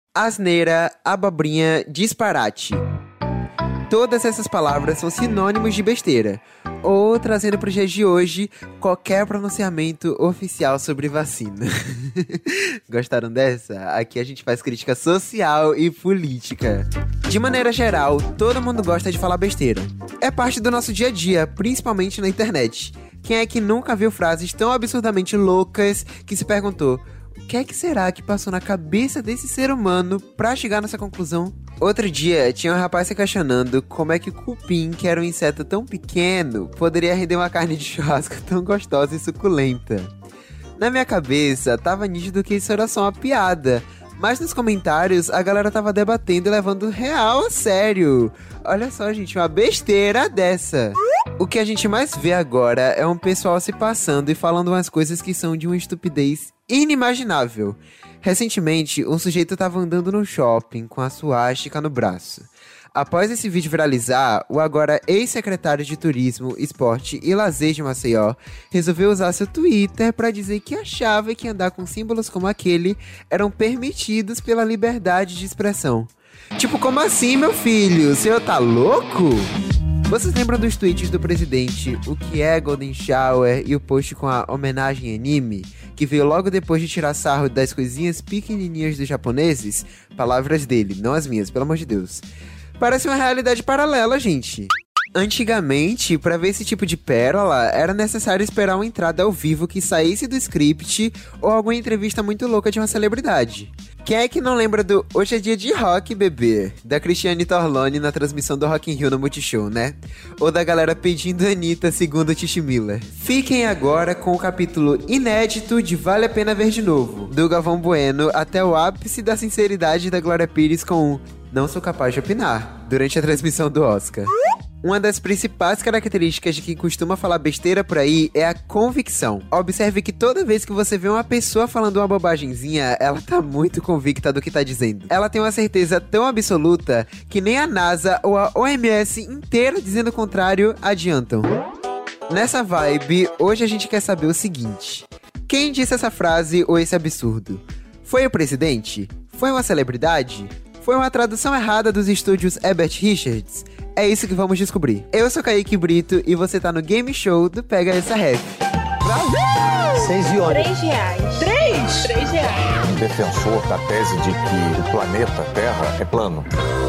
asneira, abobrinha, disparate. Todas essas palavras são sinônimos de besteira. Ou, trazendo para os dias de hoje, qualquer pronunciamento oficial sobre vacina. Gostaram dessa? Aqui a gente faz crítica social e política. De maneira geral, todo mundo gosta de falar besteira. É parte do nosso dia a dia, principalmente na internet. Quem é que nunca viu frases tão absurdamente loucas que se perguntou: o que é que será que passou na cabeça desse ser humano pra chegar nessa conclusão? Outro dia, tinha um rapaz se questionando como é que o cupim, que era um inseto tão pequeno, poderia render uma carne de churrasco tão gostosa e suculenta. Na minha cabeça, tava nítido que isso era só uma piada, mas nos comentários a galera tava debatendo e levando real a sério. Olha só, gente, uma besteira dessa. O que a gente mais vê agora é um pessoal se passando e falando umas coisas que são de uma estupidez inimaginável. Recentemente, um sujeito estava andando no shopping com a suástica no braço. Após esse vídeo viralizar, o agora ex-secretário de Turismo, Esporte e Lazer de Maceió resolveu usar seu Twitter para dizer que achava que andar com símbolos como aquele eram permitidos pela liberdade de expressão. Tipo, como assim, meu filho? O senhor tá louco? Vocês lembram dos tweets do presidente, o que é Golden Shower e o post com a homenagem anime, que veio logo depois de tirar sarro das coisinhas pequenininhas dos japoneses? Palavras dele, não as minhas, pelo amor de Deus. Parece uma realidade paralela, gente. Antigamente, para ver esse tipo de pérola, era necessário esperar uma entrada ao vivo que saísse do script ou alguma entrevista muito louca de uma celebridade. Quem é que não lembra do Hoje é Dia de Rock, bebê? Da Cristiane Torlone na transmissão do Rock in Rio no Multishow, né? Ou da galera pedindo Anitta segundo Tish Miller. Fiquem agora com o capítulo inédito de Vale a Pena Ver de Novo, do Galvão Bueno até o ápice da sinceridade da Glória Pires com um "Não sou capaz de opinar", durante a transmissão do Oscar. Uma das principais características de quem costuma falar besteira por aí é a convicção. Observe que toda vez que você vê uma pessoa falando uma bobagemzinha, ela tá muito convicta do que tá dizendo. Ela tem uma certeza tão absoluta que nem a NASA ou a OMS inteira dizendo o contrário adiantam. Nessa vibe, hoje a gente quer saber o seguinte: quem disse essa frase ou esse absurdo? Foi o presidente? Foi uma celebridade? Foi uma tradução errada dos estúdios Herbert Richards? É isso que vamos descobrir. Eu sou Kaique Brito e você tá no Game Show do Pega Essa Ref. Vocês viram? R$3. R$3. Defensor da tese de que o planeta Terra é plano.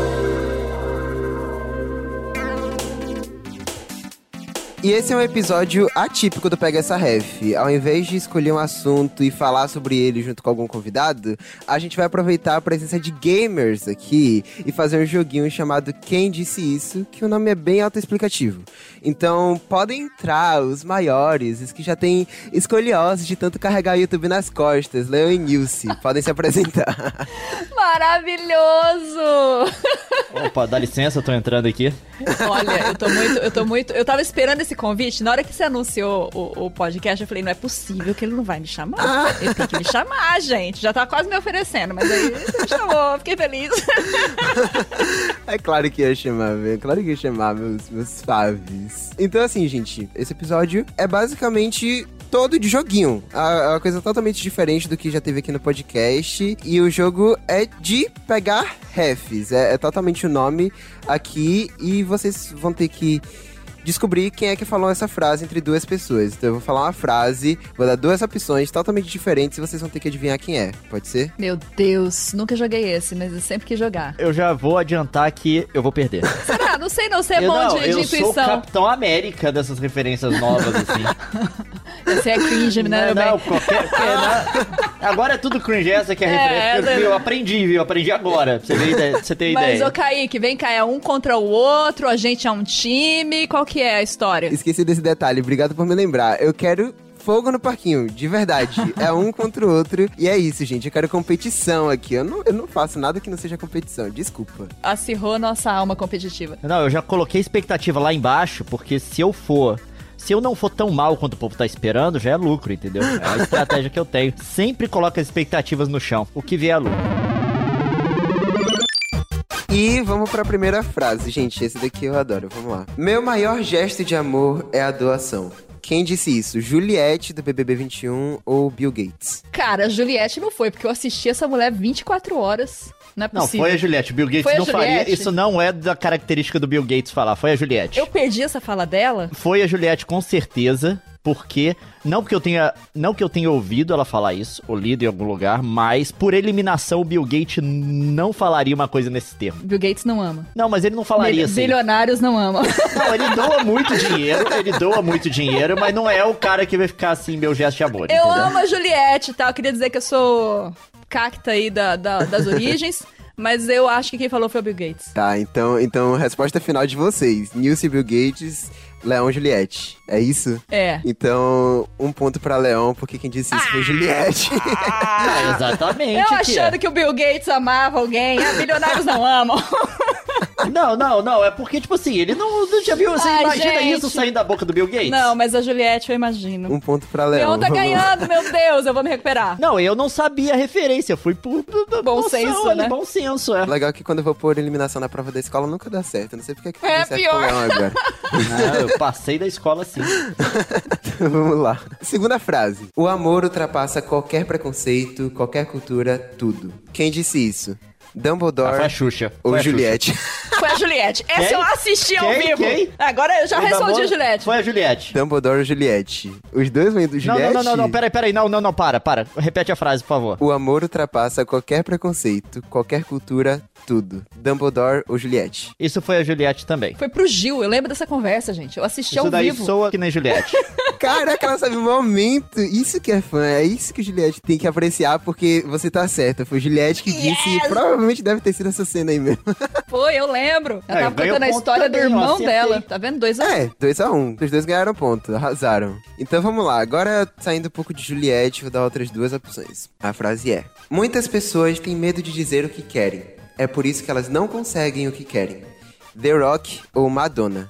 E esse é um episódio atípico do Pega Essa Ref. Ao invés de escolher um assunto e falar sobre ele junto com algum convidado, a gente vai aproveitar a presença de gamers aqui e fazer um joguinho chamado Quem Disse Isso, que o nome é bem autoexplicativo. Então, podem entrar os maiores, os que já têm escoliose de tanto carregar o YouTube nas costas, Leon e Nilce, podem se apresentar. Maravilhoso! Opa, dá licença, eu tô entrando aqui. Olha, eu tava esperando esse convite. Na hora que você anunciou o podcast, eu falei, não é possível que ele não vai me chamar. Ele tem que me chamar, gente. Já tá quase me oferecendo, mas aí você me chamou, fiquei feliz. É claro que ia chamar, velho. Claro que ia chamar meus faves. Então, assim, gente, esse episódio é basicamente todo de joguinho. É uma coisa totalmente diferente do que já teve aqui no podcast. E o jogo é de pegar refs. É totalmente o nome aqui. E vocês vão ter que descobrir quem é que falou essa frase entre duas pessoas. Então eu vou falar uma frase, vou dar duas opções totalmente diferentes e vocês vão ter que adivinhar quem é. Pode ser? Meu Deus, nunca joguei esse, mas eu sempre quis jogar. Eu já vou adiantar que eu vou perder. Será? Não sei não, você é bom de intuição. Eu sou o Capitão América dessas referências novas, assim. Você é cringe, né? Não, agora é tudo cringe, essa que é a referência. Eu aprendi agora, pra você ter ideia. Mas, ô Kaique, vem cá, é um contra o outro, a gente é um time, qual que é a história? Esqueci desse detalhe, obrigado por me lembrar. Eu quero fogo no parquinho, de verdade. É um contra o outro. E é isso, gente. Eu quero competição aqui. Eu não faço nada que não seja competição. Desculpa. Acirrou nossa alma competitiva. Não, eu já coloquei expectativa lá embaixo, porque se eu não for tão mal quanto o povo tá esperando, já é lucro, entendeu? É a estratégia que eu tenho. Sempre coloco as expectativas no chão. O que vier é lucro. E vamos pra primeira frase, gente. Esse daqui eu adoro. Vamos lá. Meu maior gesto de amor é a doação. Quem disse isso? Juliette, do BBB 21 ou Bill Gates? Cara, a Juliette não foi, porque eu assisti essa mulher 24 horas. Não é Não, possível. foi a Juliette. O Bill Gates Foi a não faria. Juliette? Isso não é da característica do Bill Gates falar. Foi a Juliette. Eu perdi essa fala dela? Foi a Juliette, com certeza. Porque, não que eu tenha ouvido ela falar isso, ou lido em algum lugar, mas por eliminação o Bill Gates não falaria uma coisa nesse termo. Bill Gates não ama. Não, mas ele não falaria assim. Bilionários não amam. Não, ele doa muito dinheiro, mas não é o cara que vai ficar assim, meu gesto de amor, Eu entendeu? amo a Juliette, tá? Eu queria dizer que eu sou cacta aí das origens, mas eu acho que quem falou foi o Bill Gates. Tá, então resposta final de vocês. Nilce, Bill Gates, Leão e Juliette. É isso? É. Então, 1 ponto pra Leão, porque quem disse isso foi Juliette. Ah, exatamente. Eu aqui, achando que o Bill Gates amava alguém. Bilionários não amam. Não, é porque, tipo assim, ele não já viu, você Ai, imagina gente. isso saindo da boca do Bill Gates? Não, mas a Juliette eu imagino. 1 ponto pra Leão. Leão tá Vamos lá. ganhando, meu Deus, eu vou me recuperar. Não, eu não sabia a referência, eu fui por Bom noção senso, ali, né? Bom senso, é. Legal que quando eu vou pôr eliminação na prova da escola, nunca dá certo. Eu não sei porque que É deu certo pior. com o Leão agora. Não, eu passei da escola assim. Vamos lá. Segunda frase. O amor ultrapassa qualquer preconceito, qualquer cultura, tudo. Quem disse isso? Dumbledore Foi a Xuxa. ou Foi a Juliette? Foi a Juliette. Essa Quem? eu assisti ao Quem? vivo. Quem? Agora eu já Xuxa. respondi a Juliette. Foi a Juliette. Dumbledore ou Juliette? Os dois vêm do Juliette? Não, peraí, não, para. Repete a frase, por favor. O amor ultrapassa qualquer preconceito, qualquer cultura, tudo. Dumbledore ou Juliette? Isso foi a Juliette também. Foi pro Gil, eu lembro dessa conversa, gente. Eu assisti Isso ao daí vivo. soa que nem Juliette. Caraca, ela sabe o momento. Isso que é fã. É isso que Juliette tem que apreciar, porque você tá certa. Foi Juliette que disse e provavelmente deve ter sido essa cena aí mesmo. Foi, eu lembro. Ela É, tava ganhou contando a ponto história do também, eu irmão acertei. dela. Tá vendo? 2 a 1. É, 2-1. Os dois ganharam ponto, arrasaram. Então vamos lá, agora saindo um pouco de Juliette, vou dar outras duas opções. A frase é: muitas pessoas têm medo de dizer o que querem. É por isso que elas não conseguem o que querem. The Rock ou Madonna?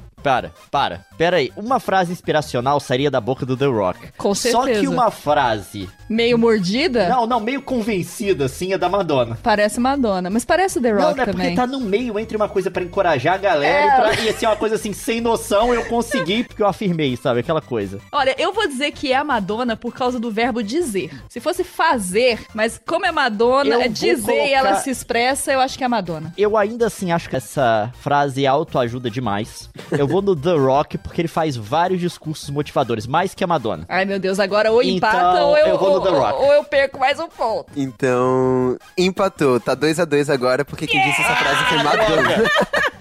Pera aí. Uma frase inspiracional sairia da boca do The Rock. Com Só certeza. que uma frase... Meio mordida? Não, meio convencida, assim, é da Madonna. Parece Madonna, mas parece o The Rock Não é também. porque tá no meio entre uma coisa pra encorajar a galera e assim, uma coisa assim, sem noção, eu consegui porque eu afirmei, sabe? Aquela coisa. Olha, eu vou dizer que é a Madonna por causa do verbo dizer. Se fosse fazer, mas como é Madonna, Eu é vou dizer e ela colocar- se expressa, eu acho que é a Madonna. Eu ainda assim acho que essa frase autoajuda demais. Eu vou no The Rock porque ele faz vários discursos motivadores, mais que a Madonna. Ai, meu Deus, agora ou Então, empata ou eu vou no The Rock. ou eu perco mais um ponto. Então, empatou. Tá 2-2 agora, porque quem disse essa frase foi Madonna.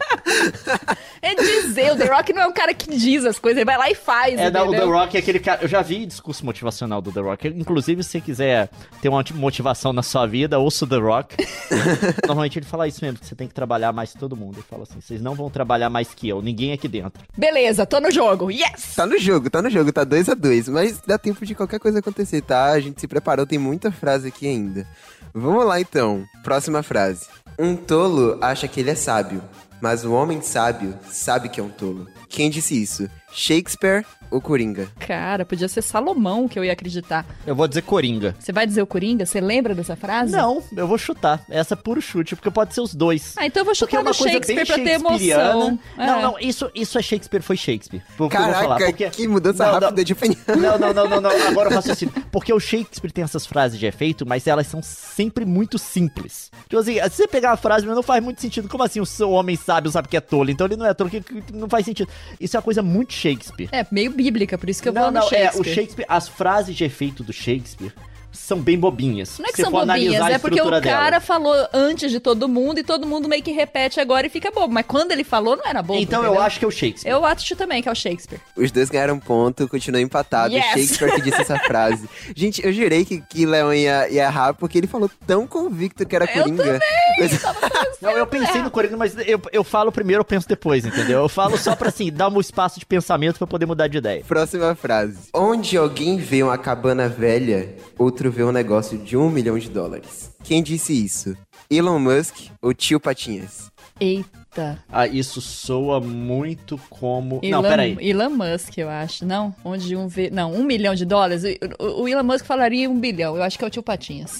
É dizer, o The Rock não é um cara que diz as coisas, ele vai lá e faz, O The entendeu? Rock é aquele cara... Eu já vi discurso motivacional do The Rock. Inclusive, se você quiser ter uma motivação na sua vida, ouça o The Rock. Normalmente ele fala isso mesmo, que você tem que trabalhar mais que todo mundo. Ele fala assim, vocês não vão trabalhar mais que eu, ninguém aqui dentro. Beleza, tô no jogo, yes! Tá no jogo, tá 2-2. Mas dá tempo de qualquer coisa acontecer, tá? A gente se preparou, tem muita frase aqui ainda. Vamos lá então. Próxima frase. Um tolo acha que ele é sábio, mas o homem sábio sabe que é um tolo. Quem disse isso? Shakespeare ou Coringa? Cara, podia ser Salomão que eu ia acreditar. Eu vou dizer Coringa. Você vai dizer o Coringa? Você lembra dessa frase? Não, eu vou chutar. Essa é puro chute, porque pode ser os dois. Ah, então eu vou Porque é chutar uma no coisa Shakespeare bem pra ter shakespeariana. emoção. Não, isso é Shakespeare, foi Shakespeare. Porque eu vou falar, Caraca, porque... que mudança Não, rápida de opinião. Não, agora eu raciocínio. Porque o Shakespeare tem essas frases de efeito, mas elas são sempre muito simples. Tipo assim, se você pegar a frase, mas não faz muito sentido. Como assim o seu homem sábio sabe que é tolo? Então ele não é tolo, que não faz sentido. Isso é uma coisa muito Shakespeare. É, meio bíblica, por isso que eu vou no O Shakespeare. Shakespeare, as frases de efeito do Shakespeare são bem bobinhas. Não é que Se são for analisar bobinhas, a é porque o estrutura cara dela. falou antes de todo mundo e todo mundo meio que repete agora e fica bobo. Mas quando ele falou, não era bobo. Então eu entendeu? acho que é o Shakespeare. Eu acho também que é o Shakespeare. Os dois ganharam ponto, continuou empatado. Yes! Shakespeare que disse essa frase. Gente, eu jurei que Leon ia errar, porque ele falou tão convicto que era Eu Coringa. Mas- Não, eu pensei no Coringa, mas eu falo primeiro, eu penso depois, entendeu? Eu falo só pra, assim, dar um espaço de pensamento pra poder mudar de ideia. Próxima frase. Onde alguém vê uma cabana velha, outro vê um negócio de $1 milhão. Quem disse isso? Elon Musk ou Tio Patinhas? Eita. Ah, isso soa muito como... Elon, Não, peraí. Elon Musk, eu acho. Não? Onde um vê... Não, $1 milhão. O Elon Musk falaria $1 bilhão. Eu acho que é o Tio Patinhas.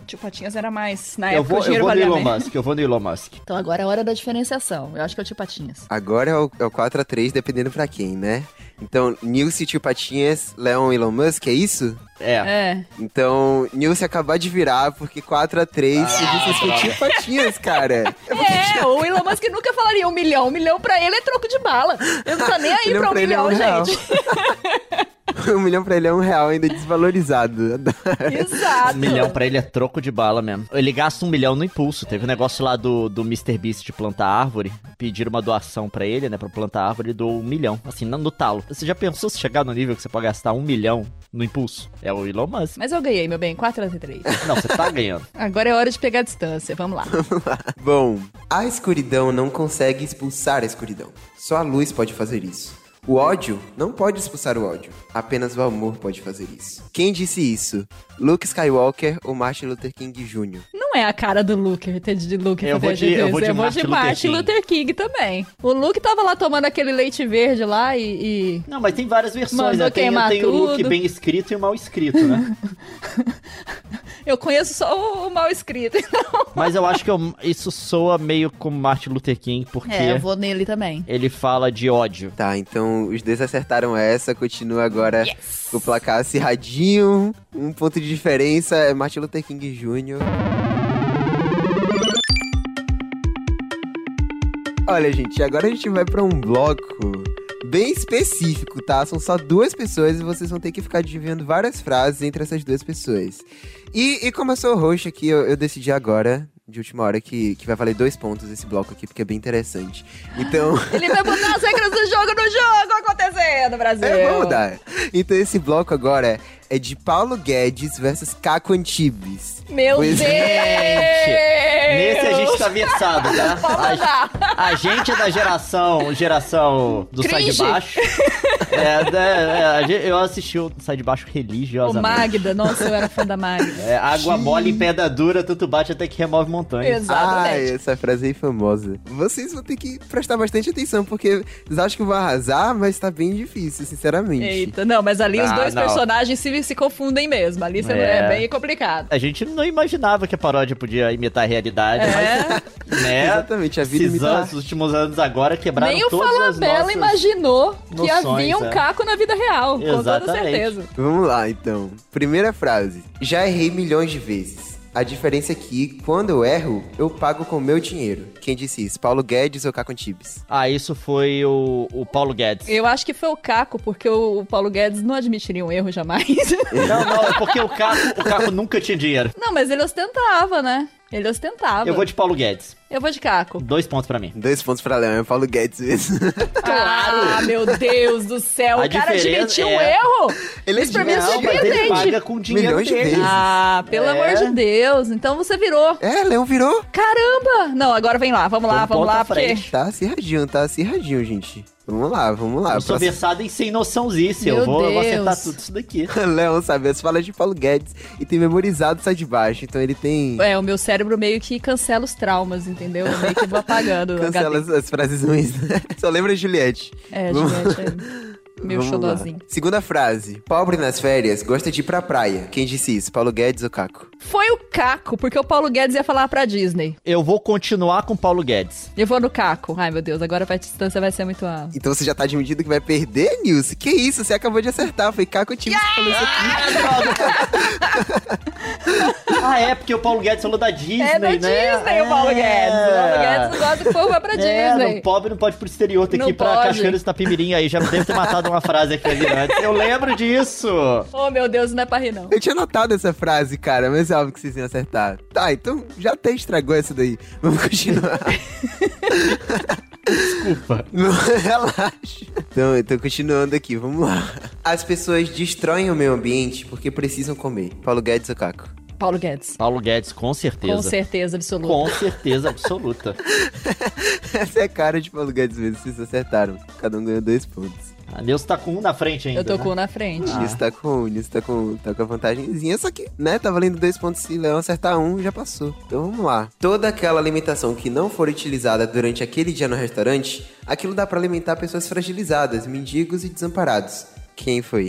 Tio Patinhas era mais, na Eu época vou, o eu dinheiro vou no valia Elon menos. Musk, eu vou no Elon Musk. Então agora é a hora da diferenciação. Eu acho que é o Tio Patinhas. Agora é o 4-3, dependendo pra quem, né? Então, Nilce, Tio Patinhas, Leon e Elon Musk, é isso? É. Então, Nilce acabar de virar, porque 4-3, você disse que Tio Patinhas, cara. O Elon Musk nunca falaria 1 milhão. 1 milhão pra ele é troco de bala. Ele não tá nem aí pra 1 milhão, gente. 1 milhão pra ele é R$1 ainda desvalorizado. Exato. 1 milhão pra ele é troco de bala mesmo. Ele gasta 1 milhão no impulso. Teve um negócio lá do MrBeast de plantar árvore. Pediram uma doação pra ele, né? Pra plantar árvore. Ele doou 1 milhão. Assim, no talo. Você já pensou se chegar no nível que você pode gastar 1 milhão no impulso? É o Elon Musk. Mas eu ganhei, meu bem. 4-3. Não, você tá ganhando. Agora é hora de pegar a distância. Vamos lá. Bom, a escuridão não consegue expulsar a escuridão. Só a luz pode fazer isso. O ódio não pode expulsar o ódio. Apenas o amor pode fazer isso. Quem disse isso? Luke Skywalker ou Martin Luther King Jr.? Não é a cara do Luke, de Luke. Eu vou de Martin Luther King também. O Luke tava lá tomando aquele leite verde lá e... Não, mas tem várias versões, Mandou né? queimar Tem o look tudo. bem escrito e o mal escrito, né? Eu conheço só o mal escrito. Mas eu acho que isso soa meio como Martin Luther King, porque Eu vou nele também. ele fala de ódio. Tá, então os dois acertaram essa. Continua agora o placar acirradinho. Um ponto de diferença é Martin Luther King Jr. Olha, gente, agora a gente vai pra um bloco bem específico, tá? São só 2 pessoas e vocês vão ter que ficar adivinhando várias frases entre essas 2 pessoas. E como eu sou o host aqui, eu decidi agora, de última hora, que vai valer 2 pontos esse bloco aqui, porque é bem interessante. Então... Ele vai botar as regras do jogo no jogo acontecendo, Brasil. vamos mudar. Então esse bloco agora é de Paulo Guedes versus Caco Antibes. Meu Pois Deus! Nesse a gente tá versado, tá? Vamos lá. A gente é da geração do Sai de Cringe. Baixo. Eu assisti o Sai de Baixo Ô, religiosamente. Magda, nossa, eu era fã da Magda. Água mole em pedra dura, tanto bate até que remove montanhas. Exatamente. Essa frase aí é famosa. Vocês vão ter que prestar bastante atenção, porque vocês acham que eu vou arrasar, mas tá bem difícil, sinceramente. Eita, não, mas ali os Ah, dois não. personagens se confundem mesmo. Ali é bem complicado. A gente não imaginava que a paródia podia imitar a realidade, mas, né? Exatamente, a vida Esses imita- anos, os últimos anos agora quebraram Nem o todas as Falabella nossas... imaginou que noções, havia um é. caco na vida real, com toda Exatamente. certeza. Vamos lá, então. Primeira frase. Já errei milhões de vezes. A diferença é que, quando eu erro, eu pago com meu dinheiro. Quem disse isso? Paulo Guedes ou Caco Antibes? Ah, isso foi o Paulo Guedes. Eu acho que foi o Caco, porque o Paulo Guedes não admitiria um erro jamais. Não, é porque o Caco nunca tinha dinheiro. Não, mas ele ostentava, né? Ele ostentava. Eu vou de Paulo Guedes. Eu vou de Caco. 2 pontos pra mim. 2 pontos pra Leão, é Paulo Guedes mesmo. Ah, meu Deus do céu. A O cara diferença admitiu um é- erro? Ele Isso pra mim é admitiu, Mas ele surpreendente. paga com o dinheiro Milhões de dele. vezes. Ah, pelo amor de Deus. Então você virou. Leão virou. Caramba! Não, agora vem lá. Vamos lá, Um vamos ponto lá. à Porque... frente. Tá acirradinho, gente. Vamos lá. Eu sou Próximo- versado em sem noçãozice. Eu Meu vou acertar Deus. tudo isso daqui. Leão sabe as falas de Paulo Guedes e tem memorizado Sai de Baixo, então ele tem... É, o meu cérebro meio que cancela os traumas, entendeu? Eu meio que vou apagando. o Cancela HD. as frases ruins, né? Só lembra de Juliette. É, Vamos- Juliette, é meu Vamos lá. xodózinho. Segunda frase. Pobre nas férias gosta de ir pra praia. Quem disse isso? Paulo Guedes ou Caco? Foi o Caco, porque o Paulo Guedes ia falar pra Disney. Eu vou continuar com o Paulo Guedes. Eu vou no Caco. Ai, meu Deus, agora a distância vai ser muito alta. Então você já tá admitindo que vai perder, Nilce? Que isso? Você acabou de acertar. Foi Caco Antibes que falou isso aqui. Ah, é, porque o Paulo Guedes falou da Disney, É da né? Disney o Paulo Guedes. O Paulo Guedes não gosta que o povo vá pra Disney. O pobre não pode ir pro exterior, tem Não que ir pra pode. Cachoeira de Itapemirim. Aí já deve ter matado uma frase aqui ali antes. Eu lembro disso. Oh, meu Deus, não é pra rir, não. Eu tinha notado essa frase, cara, mas é óbvio que vocês iam acertar. Tá, então já até estragou essa daí. Vamos continuar. Desculpa. Não, relaxa. Então, eu tô continuando aqui, vamos lá. As pessoas destroem o meio ambiente porque precisam comer. Paulo Guedes ou Caco? Paulo Guedes. Paulo Guedes, com certeza. Com certeza absoluta. Com certeza absoluta. Essa é a cara de Paulo Guedes mesmo, vocês acertaram. Cada um ganhou 2 pontos. A Nilce tá com um na frente ainda. Eu tô né? com um na frente. Nilce tá com a vantagemzinha, só que, né, tá valendo 2 pontos. Se Leão acertar um, já passou. Então vamos lá. Toda aquela alimentação que não for utilizada durante aquele dia no restaurante, aquilo dá pra alimentar pessoas fragilizadas, mendigos e desamparados. Quem foi? Paulo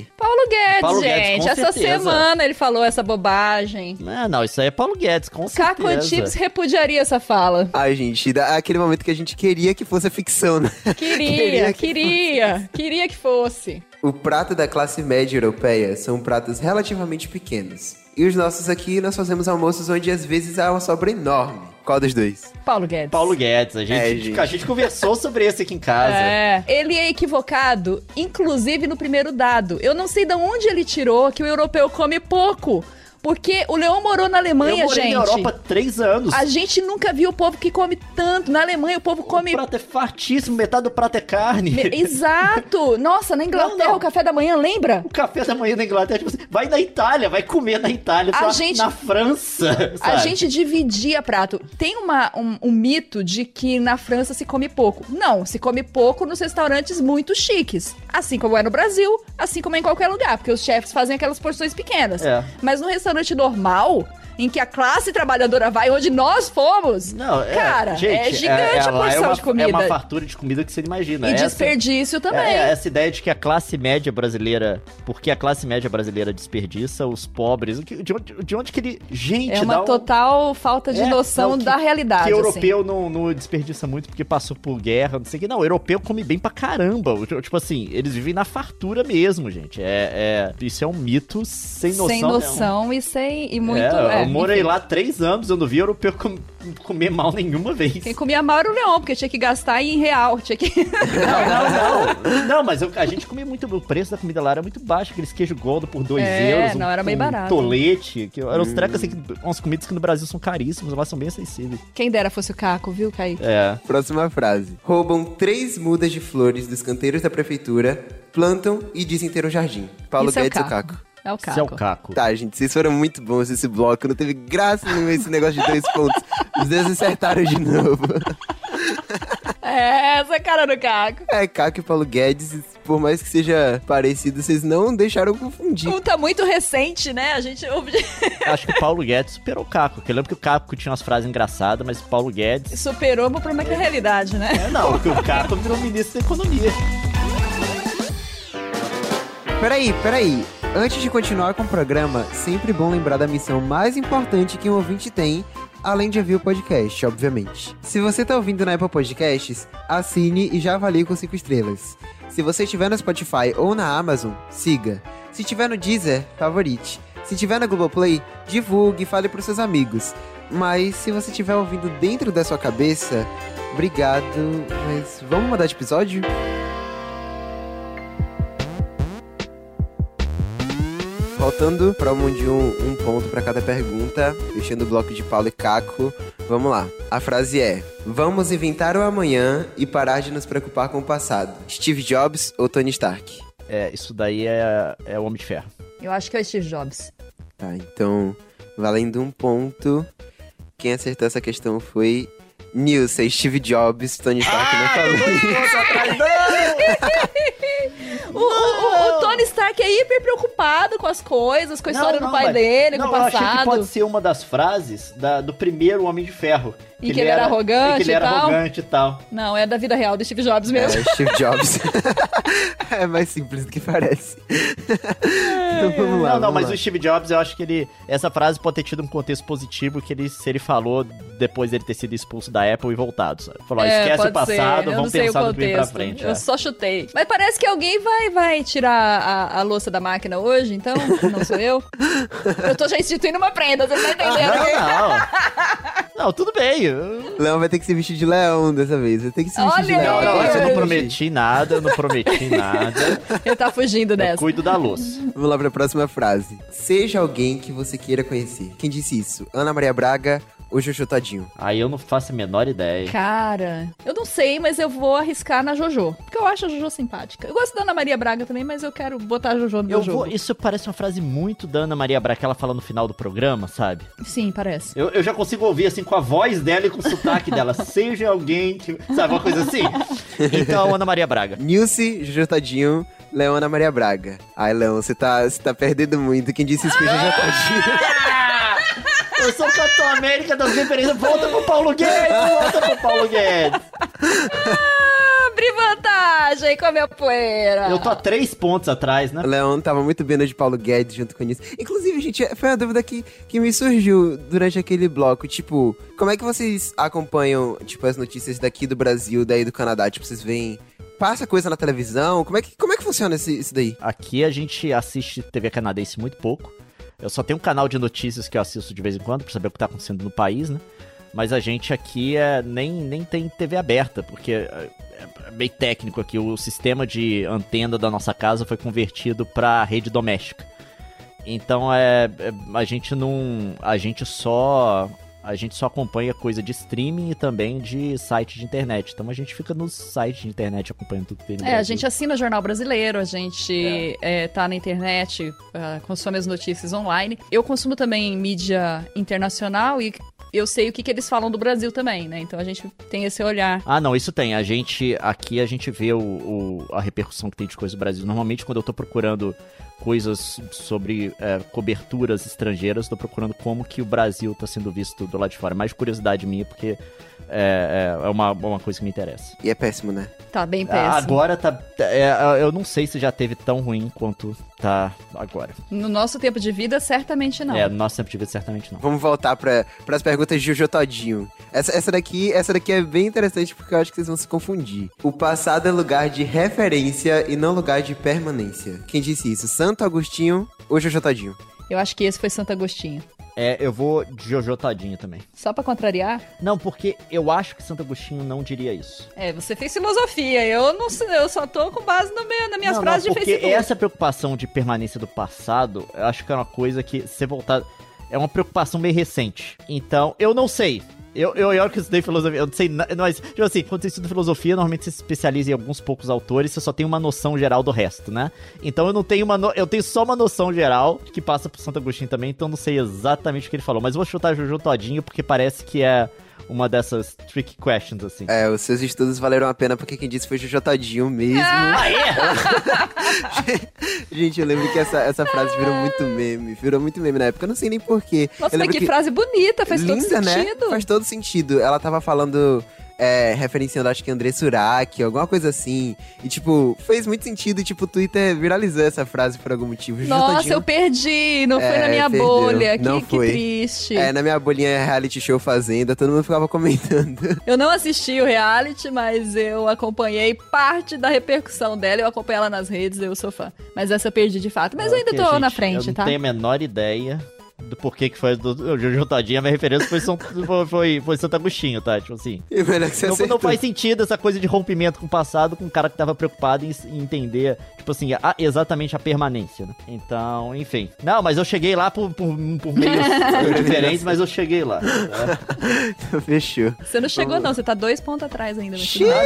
Guedes, Paulo Guedes, gente. com Essa certeza. semana ele falou essa bobagem. Não, isso aí é Paulo Guedes, com Caco certeza. Antibes repudiaria essa fala. Ai, gente, aquele momento que a gente queria que fosse a ficção, né? Queria que fosse. O prato da classe média europeia são pratos relativamente pequenos. E os nossos aqui, nós fazemos almoços onde às vezes há uma sobra enorme. Qual dos dois? Paulo Guedes. Paulo Guedes, a gente conversou sobre isso aqui em casa. É. Ele é equivocado, inclusive no primeiro dado. Eu não sei de onde ele tirou que o europeu come pouco. Porque o Leon morou na Alemanha, Eu morei gente. na Europa há 3 anos. A gente nunca viu o povo que come tanto. Na Alemanha, o povo come... O prato é fartíssimo, metade do prato é carne. Exato! Nossa, na Inglaterra, Não. o café da manhã, lembra? O café da manhã na Inglaterra, tipo assim, vai na Itália, vai comer na Itália, na França, sabe? A gente dividia prato. Tem um mito de que na França se come pouco. Não, se come pouco nos restaurantes muito chiques. Assim como é no Brasil, assim como é em qualquer lugar. Porque os chefes fazem aquelas porções pequenas. É. Mas no restaurante normal, em que a classe trabalhadora vai, onde nós fomos, Não, cara, gente, é gigante a porção de comida. É uma fartura de comida que você não imagina. E desperdício também. Essa ideia de que a classe média brasileira... Porque a classe média brasileira desperdiça os pobres. De onde que ele... Gente, É uma total falta de noção da realidade. Que assim. europeu não desperdiça muito porque passou por guerra, não sei o que. Não, europeu come bem pra caramba. Tipo assim, eles vivem na fartura mesmo, gente. Isso é um mito sem noção. Sem noção e muito... eu morei lá 3 anos, eu não vi europeu comer mal nenhuma vez. Quem comia mal era o Leon, porque tinha que gastar em real. Tinha que... Não, mas a gente comia muito... O preço da comida lá era muito baixo. Aqueles queijo Goldo por 2 euros. Não, era bem barato. Tolete. Eram os trecos assim, umas comidas que no Brasil são caríssimos, lá são bem acessíveis. Quem dera fosse o Caco, viu, Kaique? Próxima frase. Roubam 3 mudas de flores dos canteiros da prefeitura, plantam e dizem ter um jardim. Paulo Isso é o Guedes ou Caco. Caco? É o Caco. Isso é o Caco. Tá, gente, vocês foram muito bons esse bloco. Não teve graça nenhuma esse negócio de 2 pontos. Os dois acertaram de novo. Essa cara do Caco. Caco e Paulo Guedes, por mais que seja parecido, vocês não deixaram confundir. Um tá muito recente, né? A gente... Acho que o Paulo Guedes superou o Caco. Porque eu lembro que o Caco tinha umas frases engraçadas, mas o Paulo Guedes... Superou, mas o problema é que é a realidade, né? Não, porque o Caco virou ministro da Economia. Peraí. Antes de continuar com o programa, sempre bom lembrar da missão mais importante que um ouvinte tem, além de ouvir o podcast, obviamente. Se você tá ouvindo na Apple Podcasts, assine e já avalie com 5 estrelas. Se você estiver no Spotify ou na Amazon, siga. Se estiver no Deezer, favorite. Se estiver na Globoplay, divulgue e fale pros seus amigos. Mas se você estiver ouvindo dentro da sua cabeça, obrigado, mas vamos mudar de episódio? Voltando para o mundo de um ponto para cada pergunta, fechando o bloco de Paulo e Caco, vamos lá. A frase é: vamos inventar o amanhã e parar de nos preocupar com o passado. Steve Jobs ou Tony Stark? Isso daí é o Homem de Ferro. Eu acho que é o Steve Jobs. Tá, então, valendo um ponto, quem acertou essa questão foi Nilson, Steve Jobs, Tony Stark não falou. O Tony Stark é hiper preocupado com as coisas, com a história do pai dele, com o eu achei que passado. pode ser uma das frases do primeiro Homem de Ferro. E que ele era arrogante que ele era e tal. arrogante e tal. Não, é da vida real do Steve Jobs mesmo. Steve Jobs. É mais simples do que parece. Então vamos lá. Não, mas o Steve Jobs, eu acho que essa frase pode ter tido um contexto positivo se ele falou depois dele ter sido expulso da Apple e voltado, sabe? Falou, esquece o passado, vamos pensar no que vem pra frente. Eu só chutei. Mas parece que alguém vai tirar a louça da máquina hoje, então não sou eu. Eu tô já instituindo uma prenda, você tá entendendo? Não, tudo bem. Leão vai ter que se vestir de leão dessa vez. Vai ter que se vestir de leão. Não, eu não prometi nada, Ele tá fugindo dessa. Eu cuido da luz. Vamos lá pra próxima frase. Seja alguém que você queira conhecer. Quem disse isso? Ana Maria Braga ou Jojo Todinho? Aí eu não faço a menor ideia. Cara, eu não sei, mas eu vou arriscar na Jojo. Porque eu acho a Jojo simpática. Eu gosto da Ana Maria Braga também, mas eu quero botar a Jojo no jogo. Isso parece uma frase muito da Ana Maria Braga, que ela fala no final do programa, sabe? Sim, parece. Eu já consigo ouvir, assim, com a voz dela e com o sotaque dela. Seja alguém que... Sabe, uma coisa assim? Então, Ana Maria Braga. Nilce, Jojo Todinho, Leão, Ana Maria Braga. Ai, Leão, você tá perdendo muito. Quem disse isso foi Jojo Todinho. Eu sou o Capitão América das referências. Volta pro Paulo Guedes. Abri vantagem com a minha poeira. Eu tô a 3 pontos atrás, né? O Leão tava muito bem no de Paulo Guedes junto com isso. Inclusive, gente, foi uma dúvida que me surgiu durante aquele bloco. Tipo, como é que vocês acompanham, tipo, as notícias daqui do Brasil, daí do Canadá? Tipo, vocês veem... Passa coisa na televisão? Como é que funciona isso daí? Aqui a gente assiste TV canadense muito pouco. Eu só tenho um canal de notícias que eu assisto de vez em quando pra saber o que tá acontecendo no país, né? Mas a gente aqui nem tem TV aberta, porque é bem técnico aqui. O sistema de antena da nossa casa foi convertido pra rede doméstica. Então a gente só acompanha coisa de streaming e também de site de internet. Então a gente fica nos sites de internet acompanhando tudo que tem no Brasil. A gente assina Jornal Brasileiro, a gente tá na internet, consome as notícias online. Eu consumo também mídia internacional e eu sei o que eles falam do Brasil também, né? Então a gente tem esse olhar. Ah, não, isso tem. Aqui a gente vê a repercussão que tem de coisa do Brasil. Normalmente quando eu tô procurando coisas sobre coberturas estrangeiras, tô procurando como que o Brasil tá sendo visto do lado de fora. Mais curiosidade minha, porque é uma coisa que me interessa. E é péssimo, né? Tá bem péssimo. Agora tá... eu não sei se já teve tão ruim quanto tá agora. No nosso tempo de vida, certamente não. No nosso tempo de vida, certamente não. Vamos voltar pras perguntas de Jojo Todinho. Essa daqui é bem interessante porque eu acho que vocês vão se confundir. O passado é lugar de referência e não lugar de permanência. Quem disse isso? Santo Agostinho ou Jojo Todinho? Eu acho que esse foi Santo Agostinho. Eu vou de Jojo Todinho também. Só pra contrariar? Não, porque eu acho que Santo Agostinho não diria isso. Você fez filosofia. Eu não sei, eu só tô com base nas minhas frases de Facebook. Porque essa preocupação de permanência do passado, eu acho que é uma coisa que, se você voltar, é uma preocupação meio recente. Então, eu não sei. Eu que estudei filosofia, eu não sei nada, mas, tipo assim, quando você estuda filosofia, normalmente você se especializa em alguns poucos autores, você só tem uma noção geral do resto, né? Então eu não tenho eu tenho só uma noção geral, que passa pro Santo Agostinho também, então eu não sei exatamente o que ele falou, mas eu vou chutar Jojo Todinho, porque parece que é uma dessas tricky questions, assim. Os seus estudos valeram a pena, porque quem disse foi Jojo Todinho mesmo. Gente, eu lembro que essa frase virou muito meme na época, eu não sei nem porquê. Nossa, mas que frase bonita, faz todo sentido. Né? Faz todo sentido. Ela tava falando... referenciando, acho que André Surak, alguma coisa assim. E, tipo, fez muito sentido. E, tipo, o Twitter viralizou essa frase por algum motivo. Nossa, eu perdi. Não foi na minha bolha. Não foi. Que triste. Na minha bolinha reality show Fazenda, todo mundo ficava comentando. Eu não assisti o reality, mas eu acompanhei parte da repercussão dela. Eu acompanhei ela nas redes, eu sou fã. Mas essa eu perdi de fato. Mas eu ainda tô na frente, eu tá? não tenho a menor ideia do porquê que foi do Jojo Todinho. A minha referência foi Santo Agostinho, tá? Tipo assim. Não faz sentido essa coisa de rompimento com o passado com um cara que tava preocupado em entender, tipo assim, exatamente a permanência, né? Então, enfim. Não, mas eu cheguei lá por meios diferentes, mas eu cheguei lá. Fechou. Você não chegou, não. Você tá 2 pontos atrás ainda.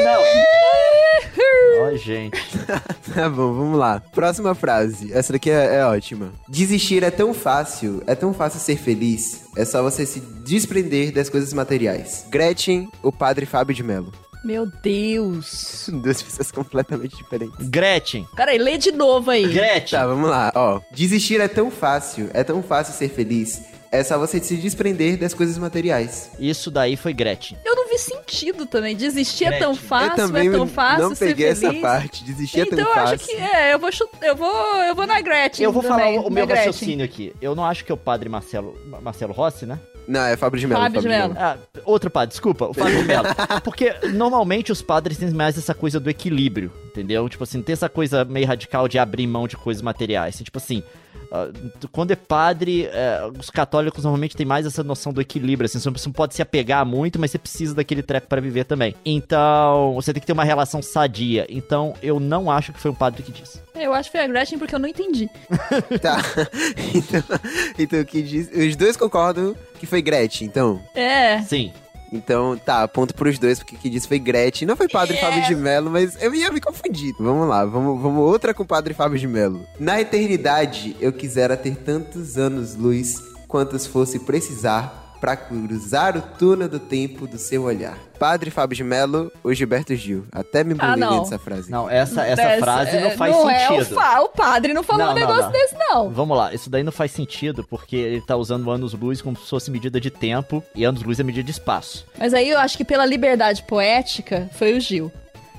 Ó, gente. Tá bom, vamos lá. Próxima frase. Essa daqui é ótima. Desistir é tão fácil ser feliz. É só você se desprender das coisas materiais. Gretchen, o padre Fábio de Mello. Meu Deus. Duas pessoas completamente diferentes. Gretchen. Peraí, lê de novo aí. Gretchen. Tá, vamos lá. Desistir é tão fácil ser feliz. É só você se desprender das coisas materiais. Isso daí foi Gretchen. Eu não vi sentido também. Desistir Gretchen. É tão fácil, eu também é tão fácil não peguei ser feliz. essa parte. Desistir então, é tão fácil. Então eu acho que eu vou na Gretchen. Eu vou também, falar o meu Gretchen. raciocínio aqui. Eu não acho que é o padre Marcelo Rossi, né? Não, é Fábio de Mello. Fábio de Mello. Outro padre, desculpa, o Fábio de Mello. Porque normalmente os padres têm mais essa coisa do equilíbrio, entendeu? Tipo assim, tem essa coisa meio radical de abrir mão de coisas materiais. Tipo assim, quando é padre, os católicos normalmente têm mais essa noção do equilíbrio, assim, você não pode se apegar muito, mas você precisa daquele treco pra viver também. Então, você tem que ter uma relação sadia. Então, eu não acho que foi um padre que disse. Eu acho que foi a Gretchen porque eu não entendi. Tá. Então que diz... Os dois concordam que foi Gretchen, então? Sim. Então, tá, ponto pros dois, porque que disse foi Gretchen. Não foi Padre Fábio de Mello, mas eu ia me confundir. Vamos lá, vamos outra com o Padre Fábio de Mello. Na eternidade, eu quisera ter tantos anos-luz quantos fosse precisar pra cruzar o túnel do tempo do seu olhar. Padre Fábio de Mello ou Gilberto Gil? Até me embolei dentro dessa frase. Não, essa frase não faz sentido. O padre não falou um negócio desse, não. Vamos lá, isso daí não faz sentido, porque ele tá usando anos-luz como se fosse medida de tempo, e anos-luz é medida de espaço. Mas aí eu acho que pela liberdade poética, foi o Gil.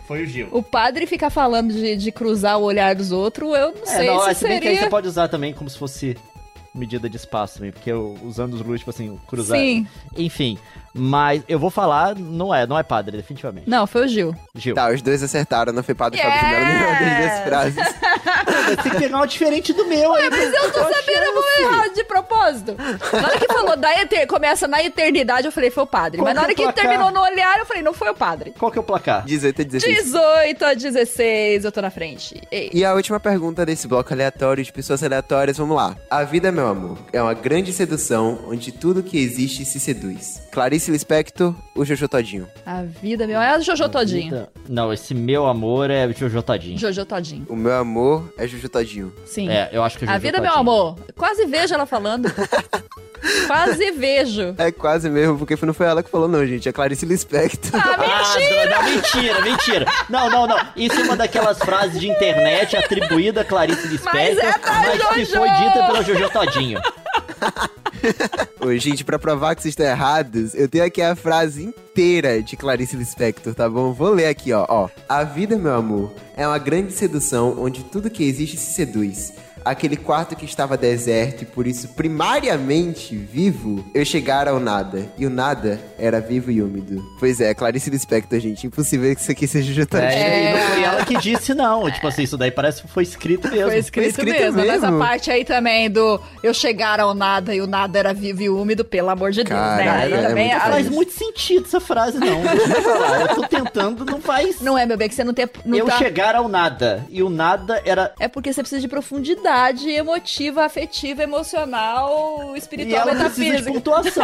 Foi o Gil. O padre ficar falando de cruzar o olhar dos outros, eu não sei se bem que aí seria... você pode usar também como se fosse medida de espaço também, porque usando os luz, tipo assim, cruzar. Sim. Enfim, mas eu vou falar, não é padre, definitivamente. Não, foi o Gil. Gil. Tá, os dois acertaram, não foi Padre Fábio de Mello nenhuma das duas frases. Tem que pegar uma diferente do meu aí. Mas eu tô sabendo, eu vou errar de propósito. Na hora que falou começa na eternidade, eu falei, foi o padre. Qual Mas na hora que é o que placar? terminou no olhar, eu falei, não foi o padre. Qual que é o placar? 18 a 16. 18 a 16, eu tô na frente. Ei. E a última pergunta desse bloco aleatório de pessoas aleatórias, vamos lá. A vida, meu amor, é uma grande sedução onde tudo que existe se seduz. Clarice Lispector, o Jojo Todinho. A vida, meu, é o Jojo Todinho. Não, esse meu amor é Jojo Todinho. Jojo Todinho. O meu amor é Jojo Todinho. Sim. É, eu acho que é Jojo A vida, meu Todinho. amor. Quase vejo ela falando. Quase vejo. É quase mesmo, porque não foi ela que falou não, gente. É Clarice Lispector. Ah, mentira! Mentira. Não. Isso é uma daquelas frases de internet atribuída a Clarice Lispector, Mas é da mas que Jojo! foi dita pela Jojo Todinho. Ô, gente, pra provar que vocês estão errados, eu tenho aqui a frase inteira de Clarice Lispector, tá bom? Vou ler aqui, ó. A vida, meu amor, é uma grande sedução onde tudo que existe se seduz. Aquele quarto que estava deserto e por isso primariamente vivo, eu chegara ao nada. E o nada era vivo e úmido. Pois é, Clarice Lispector, gente. Impossível que isso aqui seja justamente. E não foi ela que disse, não. Tipo assim, isso daí parece que foi escrito mesmo. Foi escrito mesmo. Mas a parte aí também do eu chegar ao nada e o nada era vivo e úmido, pelo amor de Deus, né? Cara, Aí é também muito Não faz muito sentido essa frase, não. Deixa eu falar. Eu tô tentando, não faz. Não é, meu bem, que você não tem... Não Eu tá... chegar ao nada. E o nada era. É porque você precisa de profundidade emotiva, afetiva, emocional, E espiritual, ela precisa de metafísica. pontuação.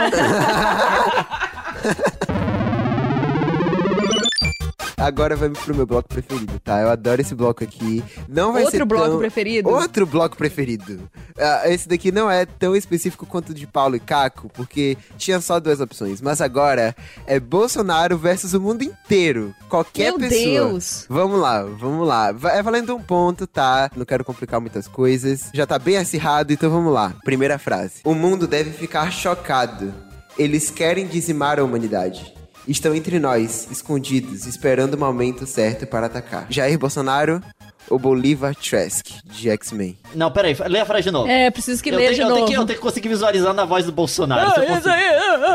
Agora vamos pro meu bloco preferido, tá? Eu adoro esse bloco aqui. Não vai ser Outro bloco tão... preferido? Outro bloco preferido. Esse daqui não é tão específico quanto o de Paulo e Caco, porque tinha só duas opções. Mas agora é Bolsonaro versus o mundo inteiro. Qualquer Meu pessoa. Deus! Vamos lá. É valendo um ponto, tá? Não quero complicar muitas coisas. Já tá bem acirrado, então vamos lá. Primeira frase. O mundo deve ficar chocado. Eles querem dizimar a humanidade. Estão entre nós, escondidos, esperando o momento certo para atacar. Jair Bolsonaro ou Bolívar Trask, de X-Men? Não, peraí, lê a frase de novo. É, preciso que leia de novo. Eu tenho que conseguir visualizar na voz do Bolsonaro. Se eu Isso aí,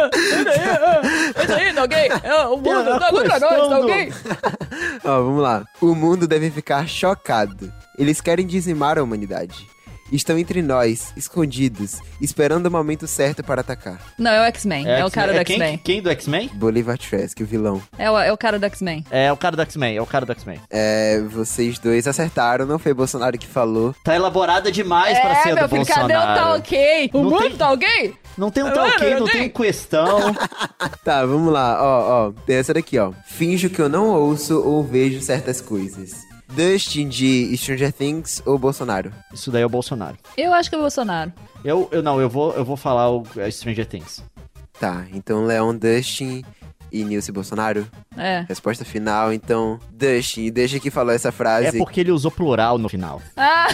tá ok? O mundo tá contra nós, tá ok? Ó, vamos lá. O mundo deve ficar chocado. Eles querem dizimar a humanidade. Estão entre nós, escondidos, esperando o momento certo para atacar. Não, é o X-Men. É o cara do X-Men. Quem do X-Men? Bolívar Trask, o vilão. É o cara do X-Men. É o cara do X-Men. Vocês dois acertaram, não foi Bolsonaro que falou. Tá elaborada demais pra ser meu do filho, Bolsonaro. cadê o tá ok? O Não mundo tem- tá ok? Não tem um tá ok, não tem questão. Tá, vamos lá, ó. Tem essa daqui, ó. Finjo que eu não ouço ou vejo certas coisas. Dustin de Stranger Things ou Bolsonaro? Isso daí é o Bolsonaro. Eu acho que é o Bolsonaro. Eu vou falar o Stranger Things. Tá, então Leon, Dustin e Nilce Bolsonaro? É. Resposta final, então, Dustin, deixa que falou essa frase. É porque ele usou plural no final.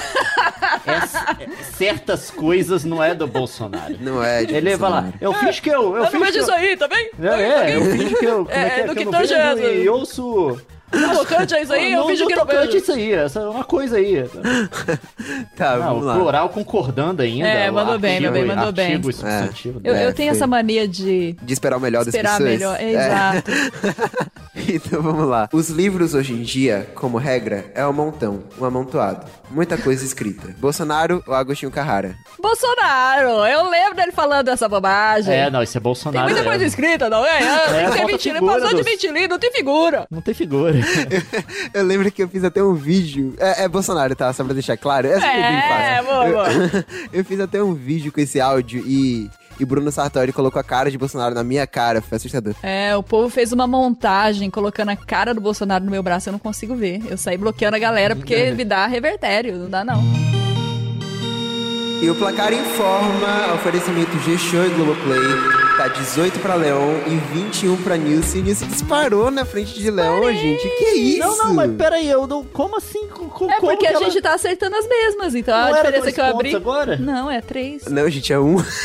Certas coisas não é do Bolsonaro. Não é de Ele vai lá, Bolsonaro. eu fiz que eu Eu não fiz vejo que isso aí, tá bem? eu fingi que eu... Como é que é? do Que eu que não tanja é vejo essa? e ouço... Não tocante é isso aí, eu fingi que não tocante vejo. isso aí, essa é uma coisa aí. Tá, Não, vamos lá. plural concordando ainda. É, o mandou bem, artigo- meu bem, mandou bem. artigo e substantivo. Eu tenho foi. essa mania de De esperar o melhor das esperar pessoas. melhor. Exato. Então vamos lá. Os livros hoje em dia, como regra, é um montão, um amontoado. Muita coisa escrita. Bolsonaro ou Agostinho Carrara? Bolsonaro! Eu lembro dele falando essa bobagem. É, não, isso é Tem Bolsonaro. muita coisa mesmo. escrita, não é? Tem que ter falta mentira. figura Passou de dos- mentirinho, não tem figura. Não tem figura. Eu lembro que eu fiz até um vídeo. É Bolsonaro, tá? Só pra deixar claro. Essa foi bem fácil. boa. Eu fiz até um vídeo com esse áudio e Bruno Sartori colocou a cara de Bolsonaro na minha cara. Foi assustador. É, o povo fez uma montagem colocando a cara do Bolsonaro no meu braço, eu não consigo ver. Eu saí bloqueando a galera porque me dá revertério, não dá não. E o placar informa, oferecimento G-Show e Globoplay. Tá 18 pra Leon e 21 pra Nilce. E Nilce disparou na frente de Leon, gente. Que é isso? Não, mas peraí, eu não... Como assim? É Como porque que a ela- gente tá acertando as mesmas, então Não a era diferença 2 que eu pontos abri... agora? Não, é 3. Não, gente, é um.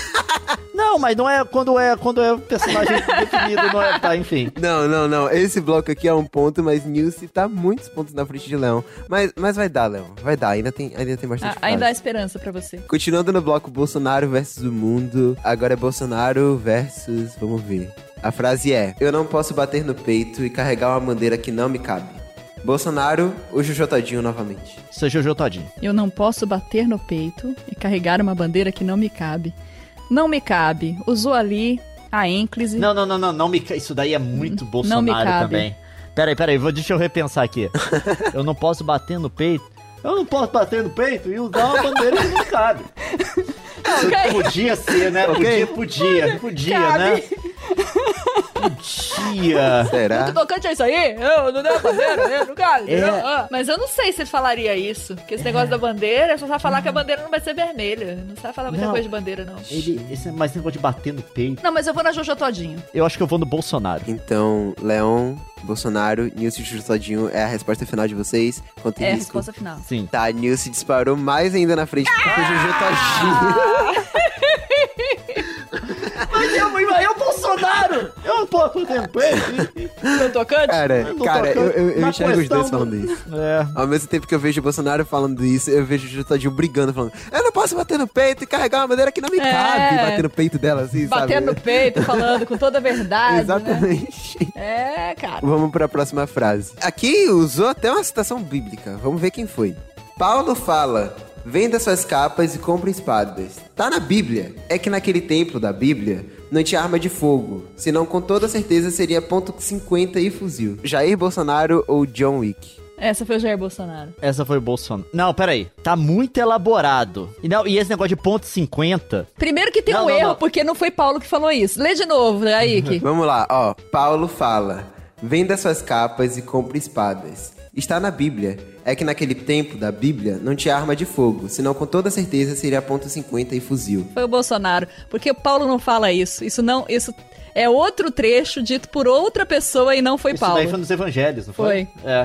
Não, mas não é quando é o personagem definido, não é, tá, enfim. Não. Esse bloco aqui é um ponto, mas Nilce tá muitos pontos na frente de Leão. Mas vai dar, Leão. Vai dar, ainda tem bastante Ainda há frase. esperança pra você. Continuando no bloco Bolsonaro versus o mundo, agora é Bolsonaro versus... Vamos ver. A frase é: eu não posso bater no peito e carregar uma bandeira que não me cabe. Bolsonaro ou Jojo Todinho novamente? Isso é Jojo Todinho. Eu não posso bater no peito e carregar uma bandeira que não me cabe. Não me cabe. Usou ali a ênclise. Não me cabe. Isso daí é muito Bolsonaro Não me cabe. também. Peraí, deixa eu repensar aqui. Eu não posso bater no peito. Eu não posso bater no peito e usar uma bandeira que não cabe. Ok. Podia ser, né? Ok. Podia, Cabe. né? Podia. Será? Muito tocante é isso aí? Eu não dei a bandeira, eu não cabe. É. Não, Mas eu não sei se ele falaria isso. Porque esse negócio da bandeira, só sabe falar que a bandeira não vai ser vermelha. Não sabe falar muita Não. coisa de bandeira, não. Mas esse negócio de bater no peito. Não, mas eu vou na Jojo Todinho. Eu acho que eu vou no Bolsonaro. Então, Leão, Bolsonaro, Nilce e Jojo Todinho é a resposta final de vocês. Quanto É a risco? resposta final. Sim. Tá, Nilce disparou mais ainda na frente porque Jojo Todinho. Mas eu Bolsonaro! Eu não posso bater no peito. Meu tocante? Cara, eu Na enxergo os dois questão falando do- isso. É. Ao mesmo tempo que eu vejo o Bolsonaro falando isso, eu vejo o Jojo Todinho brigando, falando: eu não posso bater no peito e carregar uma bandeira que não me cabe. Bater no peito dela, assim, Batendo sabe? no peito, falando com toda a verdade. Né? Exatamente. É, cara. Vamos pra próxima frase. Aqui usou até uma citação bíblica. Vamos ver quem foi. Paulo fala: venda suas capas e compre espadas. Tá na Bíblia. É que naquele tempo da Bíblia não tinha arma de fogo. Senão, com toda certeza, seria .50 e fuzil. Jair Bolsonaro ou John Wick? Essa foi o Jair Bolsonaro. Essa foi o Bolsonaro. Não, peraí. Tá muito elaborado. E esse negócio de ponto 50. Primeiro que tem Não, um não, erro, não. porque não foi Paulo que falou isso. Lê de novo, Ike. Vamos lá, ó. Paulo fala: venda suas capas e compre espadas. Está na Bíblia. É que naquele tempo da Bíblia não tinha arma de fogo, senão com toda certeza seria .50 e fuzil. Foi o Bolsonaro. Porque o Paulo não fala isso. Isso é outro trecho dito por outra pessoa e não foi Isso Paulo. daí foi nos evangelhos, não foi? Foi.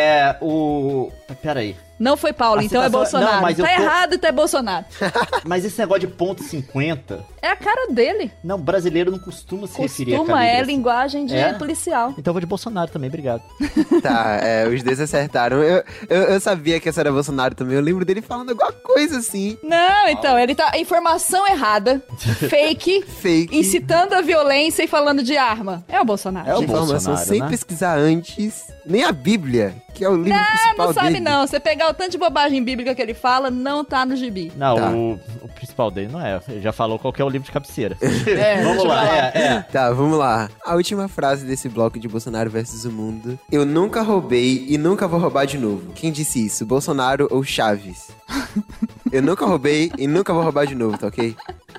Peraí. Não foi Paulo, A então é citação- Bolsonaro. Não, mas eu Tá tô- errado, então é Bolsonaro. Mas esse negócio de ponto 50... É a cara dele. Não, brasileiro não costuma se referir a Costuma, calibre é assim. linguagem de É? policial. Então eu vou de Bolsonaro também, obrigado. Tá, os dois acertaram. Eu sabia que essa era Bolsonaro também. Eu lembro dele falando alguma coisa assim. Não, então, ele tá... Informação errada, fake, Fake. incitando a violência e falando de arma. É o Bolsonaro. É o Informação Bolsonaro, sem né? pesquisar antes. Nem a Bíblia, que é o livro Ah, principal não sabe dele. não. Você pegar o tanto de bobagem bíblica que ele fala, não tá no gibi. Não, Tá. o principal dele não é. Ele já falou qual que é o livro de cabeceira. É, Vamos deixa eu lá, falar. Tá, vamos lá. A última frase desse bloco de Bolsonaro versus o mundo. Eu nunca roubei e nunca vou roubar de novo. Quem disse isso? Bolsonaro ou Chaves? Eu nunca roubei e nunca vou roubar de novo, tá ok?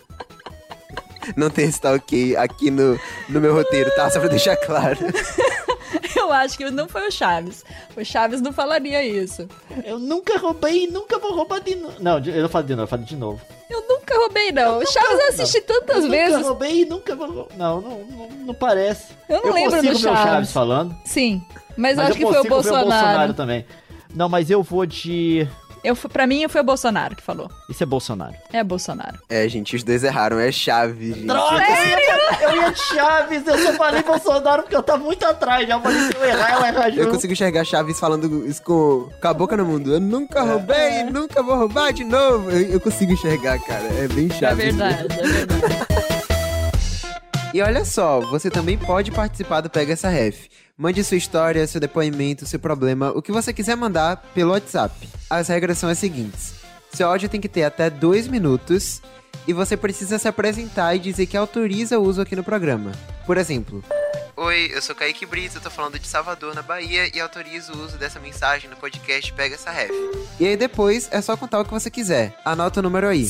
Não tem esse tá ok aqui no meu roteiro, tá? Só pra deixar claro. Eu acho que não foi o Chaves. O Chaves não falaria isso. Eu nunca roubei e nunca vou roubar de novo. Não, eu não falo de novo, eu falo de novo. Eu nunca roubei, não. O Chaves eu assisti tantas Eu vezes. nunca roubei e nunca vou roubar. Não parece. Eu não lembro consigo do ver o Chaves. Chaves falando. Sim, mas eu acho eu que foi o consigo ver o Bolsonaro Bolsonaro. também. Não, mas eu vou de... Pra mim, foi o Bolsonaro que falou. Isso é Bolsonaro. É Bolsonaro. É, gente, os dois erraram. É Chaves, gente. Droga! Eu ia de Chaves, eu só falei Bolsonaro porque eu tava muito atrás. Já falei se eu errar, ela erra junto. Eu consigo enxergar Chaves falando isso com a boca no mundo. Eu nunca roubei e nunca vou roubar de novo. Eu consigo enxergar, cara. É bem É Chaves. verdade, é verdade. E olha só, você também pode participar do Pega Essa Ref. Mande sua história, seu depoimento, seu problema, o que você quiser mandar pelo WhatsApp. As regras são as seguintes. Seu áudio tem que ter até 2 minutos e você precisa se apresentar e dizer que autoriza o uso aqui no programa. Por exemplo, oi, eu sou Kaique Brito, eu tô falando de Salvador, na Bahia, e autorizo o uso dessa mensagem no podcast Pega Essa Ref. E aí depois é só contar o que você quiser. Anota o número aí,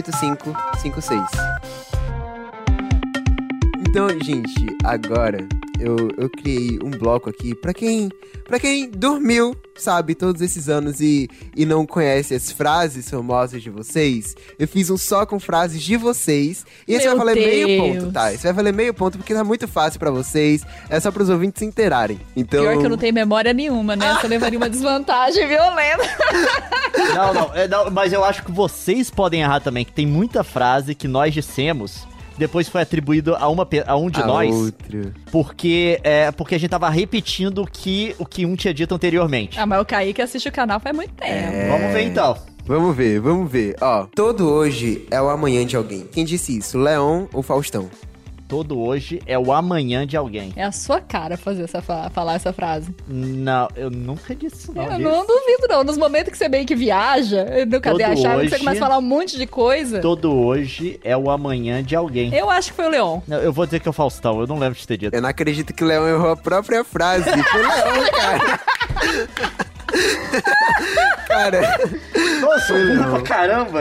71997298556. Então, gente, agora eu criei um bloco aqui pra quem dormiu, sabe, todos esses anos e não conhece as frases famosas de vocês. Eu fiz um só com frases de vocês. E esse vai valer meio ponto, tá? Esse vai valer meio ponto porque tá muito fácil pra vocês. É só pros ouvintes se inteirarem. Então... Pior que eu não tenho memória nenhuma, né? Você levaria uma desvantagem violenta. Não, mas eu acho que vocês podem errar também, que tem muita frase que nós dissemos, depois foi atribuído a um de nós, outro. Porque a gente tava repetindo o que um tinha dito anteriormente. Ah, mas o Kaique assiste o canal faz muito tempo. Vamos ver então. Vamos ver. Ó, todo hoje é o amanhã de alguém. Quem disse isso? Leon ou Faustão? Todo hoje é o amanhã de alguém. É a sua cara falar essa frase. Não, eu nunca disse isso, não. Eu não duvido, não. Nos momentos que você meio que viaja, no Cadê a Chave, você começa a falar um monte de coisa. Todo hoje é o amanhã de alguém. Eu acho que foi o Leon. Não, eu vou dizer que é o Faustão, eu não lembro de ter dito. Eu não acredito que o Leon errou a própria frase. Foi o Leon, cara. Cara. Nossa, burro pra caramba.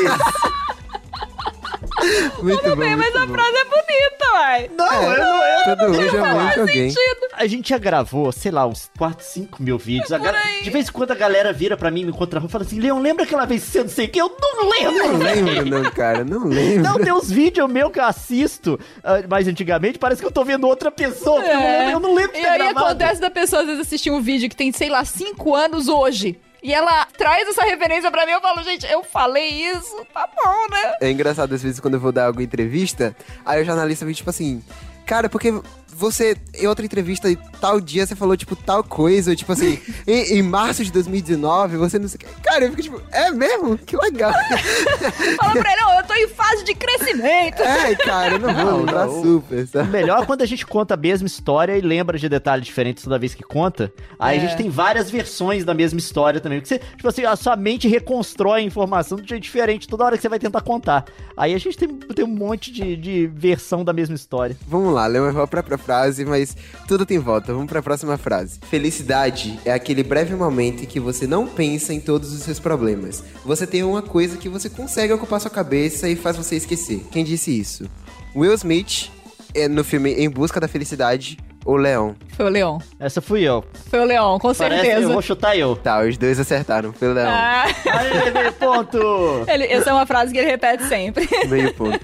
Muito Tudo bom, bem, mas muito a bom. frase é bonita, uai. Todo hoje é amanhã de alguém. A gente já gravou, sei lá, uns 4, 5 mil vídeos. aí. De vez em quando a galera vira pra mim, me encontra na rua e fala assim, Leon, lembra aquela vez que você não sei o que? Eu não lembro, Não velho. lembro, não, cara. Não lembro. Não, tem uns vídeos meus que eu assisto mais antigamente, parece que eu tô vendo outra pessoa, porque eu não lembro de E ter aí gravado. acontece da pessoa às vezes assistir um vídeo que tem, sei lá, 5 anos hoje. E ela traz essa referência pra mim, eu falo, gente, eu falei isso, tá bom, né? É engraçado, às vezes, quando eu vou dar alguma entrevista, aí o jornalista vem, tipo assim, cara, porque você, em outra entrevista, tal dia, você falou, tipo, tal coisa, tipo assim, em março de 2019, você não sei o que. Cara, eu fico, tipo, é mesmo? Que legal. Fala pra ele, não, eu tô em fase de crescimento. É, cara, eu não vou lembrar não. super, O sabe? melhor é quando a gente conta a mesma história e lembra de detalhes diferentes toda vez que conta. Aí a gente tem várias versões da mesma história também. Porque você, tipo assim, a sua mente reconstrói a informação de um jeito diferente toda hora que você vai tentar contar. Aí a gente tem um monte de versão da mesma história. Vamos lá, Leon errou a própria frase, mas tudo tem volta. Vamos pra próxima frase. Felicidade é aquele breve momento em que você não pensa em todos os seus problemas. Você tem uma coisa que você consegue ocupar sua cabeça e faz você esquecer. Quem disse isso? Will Smith, no filme Em Busca da Felicidade, ou Leon? Foi o Leon. Essa fui eu. Foi o Leon, com Parece, certeza. eu vou chutar eu. Tá, os dois acertaram. Foi o Leon. Ah, Aê, ponto! essa é uma frase que ele repete sempre. Meio ponto.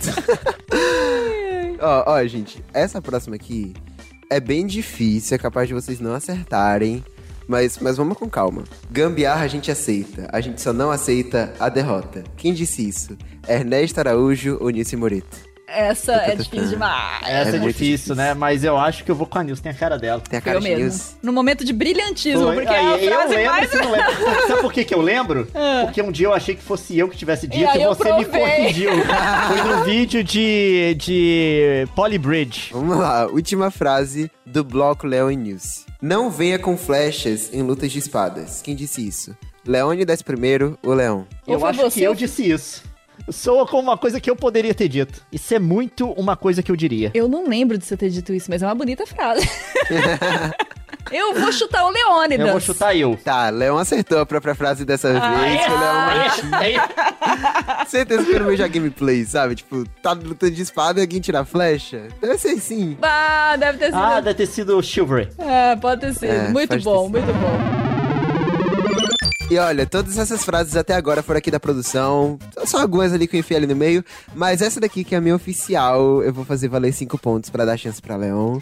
Ó, gente, essa próxima aqui é bem difícil, é capaz de vocês não acertarem, mas vamos com calma. Gambiarra a gente aceita, a gente só não aceita a derrota. Quem disse isso? Ernesto Araújo ou Nilce Moreto? Essa é difícil demais. Essa é muito difícil, né? Mas eu acho que eu vou com a Nilce, tem a cara dela. Tem a cara Eu de mesmo. Nilce. No momento de brilhantismo, Foi. porque Aí, é a frase eu lembro, mais... você não lembra. Sabe por que eu lembro? Porque um dia eu achei que fosse eu que tivesse dito aí e eu você me provei. corrigiu. Foi no vídeo de Polybridge. Vamos lá, última frase do bloco Leon e Nilce. Não venha com flechas em lutas de espadas. Quem disse isso? Leônidas I ou Leon? Ou Eu foi acho você que eu ou- disse isso. Soa como uma coisa que eu poderia ter dito. Isso é muito uma coisa que eu diria. Eu não lembro de você ter dito isso, mas é uma bonita frase. Eu vou chutar o Leônidas. Eu vou chutar eu. Tá, Leon acertou a própria frase dessa vez. Foi Leon Martins. Certeza que eu não vejo a gameplay, sabe? Tipo, tá lutando de espada e alguém tira a flecha. Deve ser sim. Ah, deve ter sido. Ah, deve ter sido o Chivalry. É, pode ter sido. É, Muito pode ter bom, sido. muito bom. E olha, todas essas frases até agora foram aqui da produção. Só algumas ali que eu enfiei ali no meio. Mas essa daqui, que é a minha oficial, eu vou fazer valer 5 pontos pra dar chance pra Leon.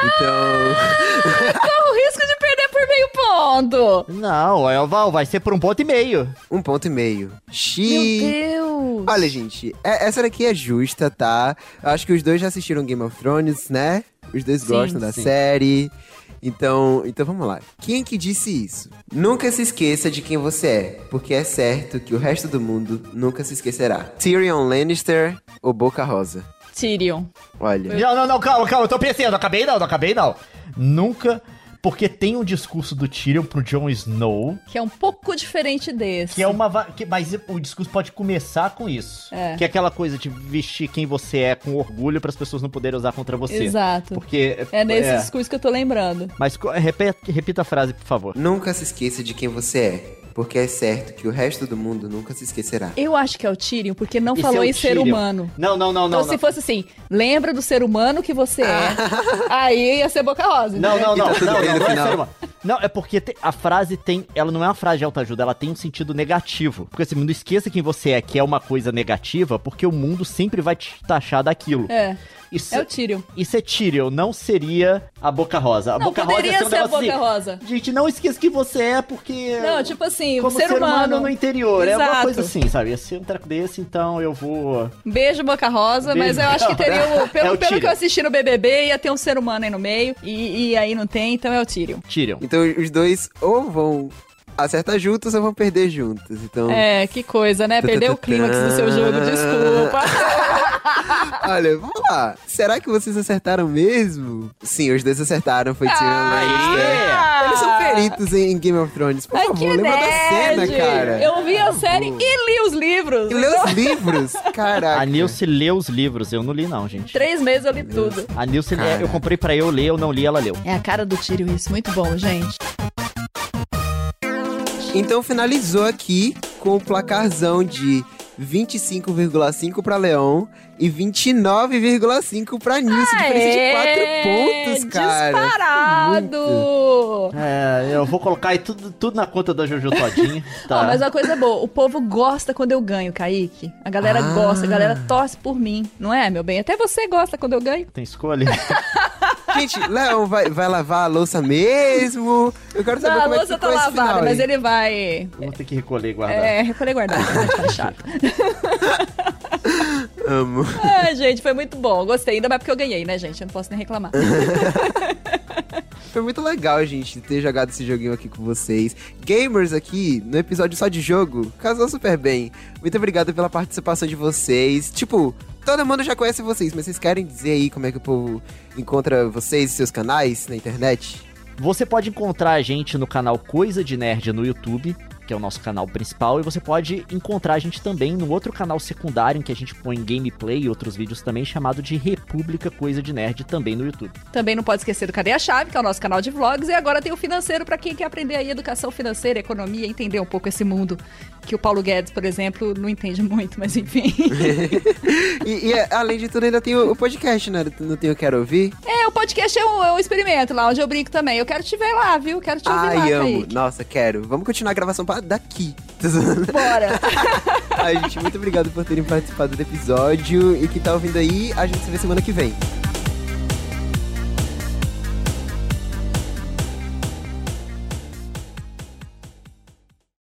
Então, Qual o risco de perder por meio ponto? Não, vai ser por 1,5 ponto. 1,5 ponto. Meu Xiii. Deus. Olha, gente, essa daqui é justa, tá? Eu acho que os dois já assistiram Game of Thrones, né? Os dois Sim, gostam da sim. série. Então vamos lá. Quem que disse isso? Nunca se esqueça de quem você é, porque é certo que o resto do mundo nunca se esquecerá. Tyrion Lannister ou Boca Rosa? Tyrion. Olha. Não, calma, eu tô pensando, não acabei não. Nunca, porque tem um discurso do Tyrion pro Jon Snow, Que é um pouco diferente desse. que é mas o discurso pode começar com isso. É. Que é aquela coisa de vestir quem você é com orgulho para as pessoas não poderem usar contra você. Exato. Porque É nesse discurso que eu tô lembrando. Mas repita a frase, por favor. Nunca se esqueça de quem você é, porque é certo que o resto do mundo nunca se esquecerá. Eu acho que é o Tyrion, porque não Esse falou é o em ser Tyrion. humano. Não. Então, se fosse assim, lembra do ser humano que você é, aí ia ser Boca Rosa. Não, entendeu? não, E tá tudo bem no não é final. sério, mano. Não, é porque a frase tem... Ela não é uma frase de autoajuda, ela tem um sentido negativo. Porque assim, não esqueça quem você é, que é uma coisa negativa, porque o mundo sempre vai te taxar daquilo. É. Isso, É o Tyrion. Isso é Tyrion, não seria a Boca Rosa. A Não, Boca Rosa poderia ser um ser a negócio Boca assim, Rosa. gente, não esqueça que você é, porque... Não, tipo assim, como ser humano no interior. É uma Exato. coisa assim, sabe? Ia ser um treco desse, então eu vou... Beijo, Boca Rosa, Beijo. mas eu acho que teria, É pelo o que eu Tyrion. assisti no BBB, ia ter um ser humano aí no meio, e aí não tem, então é o Tyrion. Tyrion. Então os dois ou vão acertar juntos ou vão perder juntos. Então, É, que coisa, né? Perdeu o clímax do seu jogo, desculpa. olha, vamos lá. Será que vocês acertaram mesmo? Sim, os dois acertaram, foi Tyrion Lannister. Eles são peritos em Game of Thrones. Por Ai, favor, que lembra da cena, nerd. cara. Eu vi a série e li os livros. E lê os livros? Caraca. A Nilce lê os livros, eu não li não, gente. 3 meses eu li tudo. A Nilce, Cara. eu comprei pra eu ler, eu não li, ela leu. É a cara do Tyrion isso, muito bom, gente. Então finalizou aqui com o placarzão de 25,5 pra Leon e 29,5 pra Nilce. Diferença de 4 pontos, cara. Disparado! É, eu vou colocar aí tudo na conta da Jojo todinha. Tá. Ó, mas uma coisa boa, o povo gosta quando eu ganho, Kaique. A galera gosta, a galera torce por mim, não é, meu bem? Até você gosta quando eu ganho. Tem escolha? Gente, Leon vai lavar a louça mesmo? Eu quero saber Não, a como é que louça tá ficou esse lavada, final mas aí. ele vai... Vou ter que recolher e guardar. recolher e guardar, tá chato. Amo. Ai, gente, foi muito bom. Gostei, ainda mais porque eu ganhei, né, gente? Eu não posso nem reclamar. Foi muito legal, gente, ter jogado esse joguinho aqui com vocês. Gamers aqui, no episódio só de jogo, casou super bem. Muito obrigado pela participação de vocês. Tipo, todo mundo já conhece vocês, mas vocês querem dizer aí como é que o povo encontra vocês e seus canais na internet? Você pode encontrar a gente no canal Coisa de Nerd no YouTube, que é o nosso canal principal, e você pode encontrar a gente também no outro canal secundário, em que a gente põe gameplay e outros vídeos também, chamado de República Coisa de Nerd, também no YouTube. Também não pode esquecer do Cadê a Chave, que é o nosso canal de vlogs, e agora tem o financeiro pra quem quer aprender aí educação financeira, economia, entender um pouco esse mundo que o Paulo Guedes, por exemplo, não entende muito, mas enfim. E além de tudo, ainda tem o podcast, né? Não tem o Quero Ouvir? O podcast é um experimento lá, onde eu brinco também. Eu quero te ver lá, viu? Quero te ouvir lá, Ai, amo. Kaique. Nossa, quero. Vamos continuar a gravação daqui. Bora! Ai, gente, muito obrigado por terem participado do episódio. E quem tá ouvindo aí, a gente se vê semana que vem.